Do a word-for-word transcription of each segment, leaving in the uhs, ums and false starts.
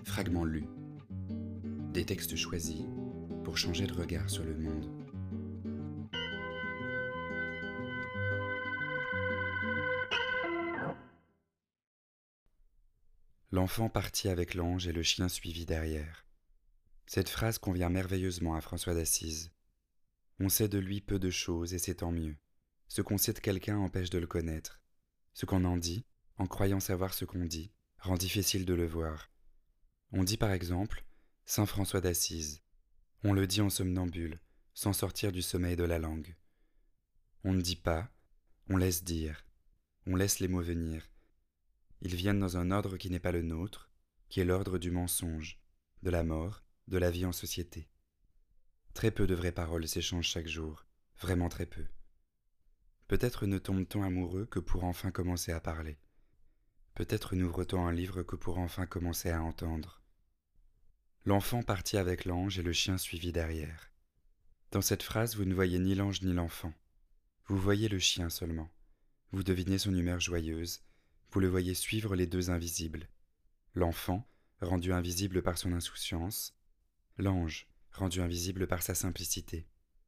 Fragments lus. Des textes choisis pour changer de regard sur le monde. L'enfant partit avec l'ange et le chien suivit derrière. Cette phrase convient merveilleusement à François d'Assise. On sait de lui peu de choses et c'est tant mieux. Ce qu'on sait de quelqu'un empêche de le connaître. Ce qu'on en dit, en croyant savoir ce qu'on dit, rend difficile de le voir. On dit par exemple « Saint François d'Assise ». On le dit en somnambule, sans sortir du sommeil de la langue. On ne dit pas, on laisse dire, on laisse les mots venir. Ils viennent dans un ordre qui n'est pas le nôtre, qui est l'ordre du mensonge, de la mort, de la vie en société. Très peu de vraies paroles s'échangent chaque jour, vraiment très peu. Peut-être ne tombe-t-on amoureux que pour enfin commencer à parler. Peut-être n'ouvre-t-on un livre que pour enfin commencer à entendre. L'enfant partit avec l'ange et le chien suivit derrière. Dans cette phrase, vous ne voyez ni l'ange ni l'enfant. Vous voyez le chien seulement. Vous devinez son humeur joyeuse. Vous le voyez suivre les deux invisibles. L'enfant, rendu invisible par son insouciance. L'ange, rendu invisible par sa simplicité.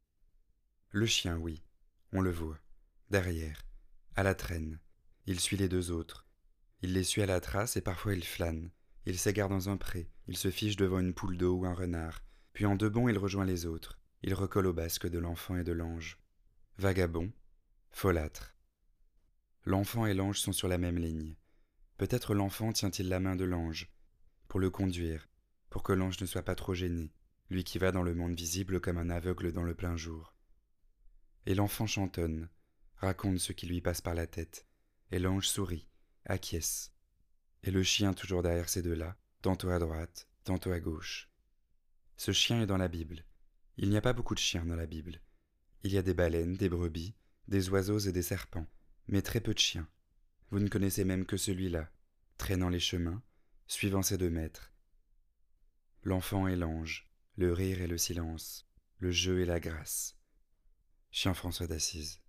Le chien, oui, on le voit, derrière, à la traîne. Il suit les deux autres. Il les suit à la trace et parfois il flâne. Il s'égare dans un pré, il se fiche devant une poule d'eau ou un renard, puis en deux bonds il rejoint les autres. Il recolle au basque de l'enfant et de l'ange. Vagabond, folâtre. L'enfant et l'ange sont sur la même ligne. Peut-être l'enfant tient-il la main de l'ange, pour le conduire, pour que l'ange ne soit pas trop gêné, lui qui va dans le monde visible comme un aveugle dans le plein jour. Et l'enfant chantonne, raconte ce qui lui passe par la tête, et l'ange sourit, acquiesce. Et le chien toujours derrière ces deux-là, tantôt à droite, tantôt à gauche. Ce chien est dans la Bible. Il n'y a pas beaucoup de chiens dans la Bible. Il y a des baleines, des brebis, des oiseaux et des serpents, mais très peu de chiens. Vous ne connaissez même que celui-là, traînant les chemins, suivant ses deux maîtres. L'enfant et l'ange, le rire et le silence, le jeu et la grâce. Chien François d'Assise.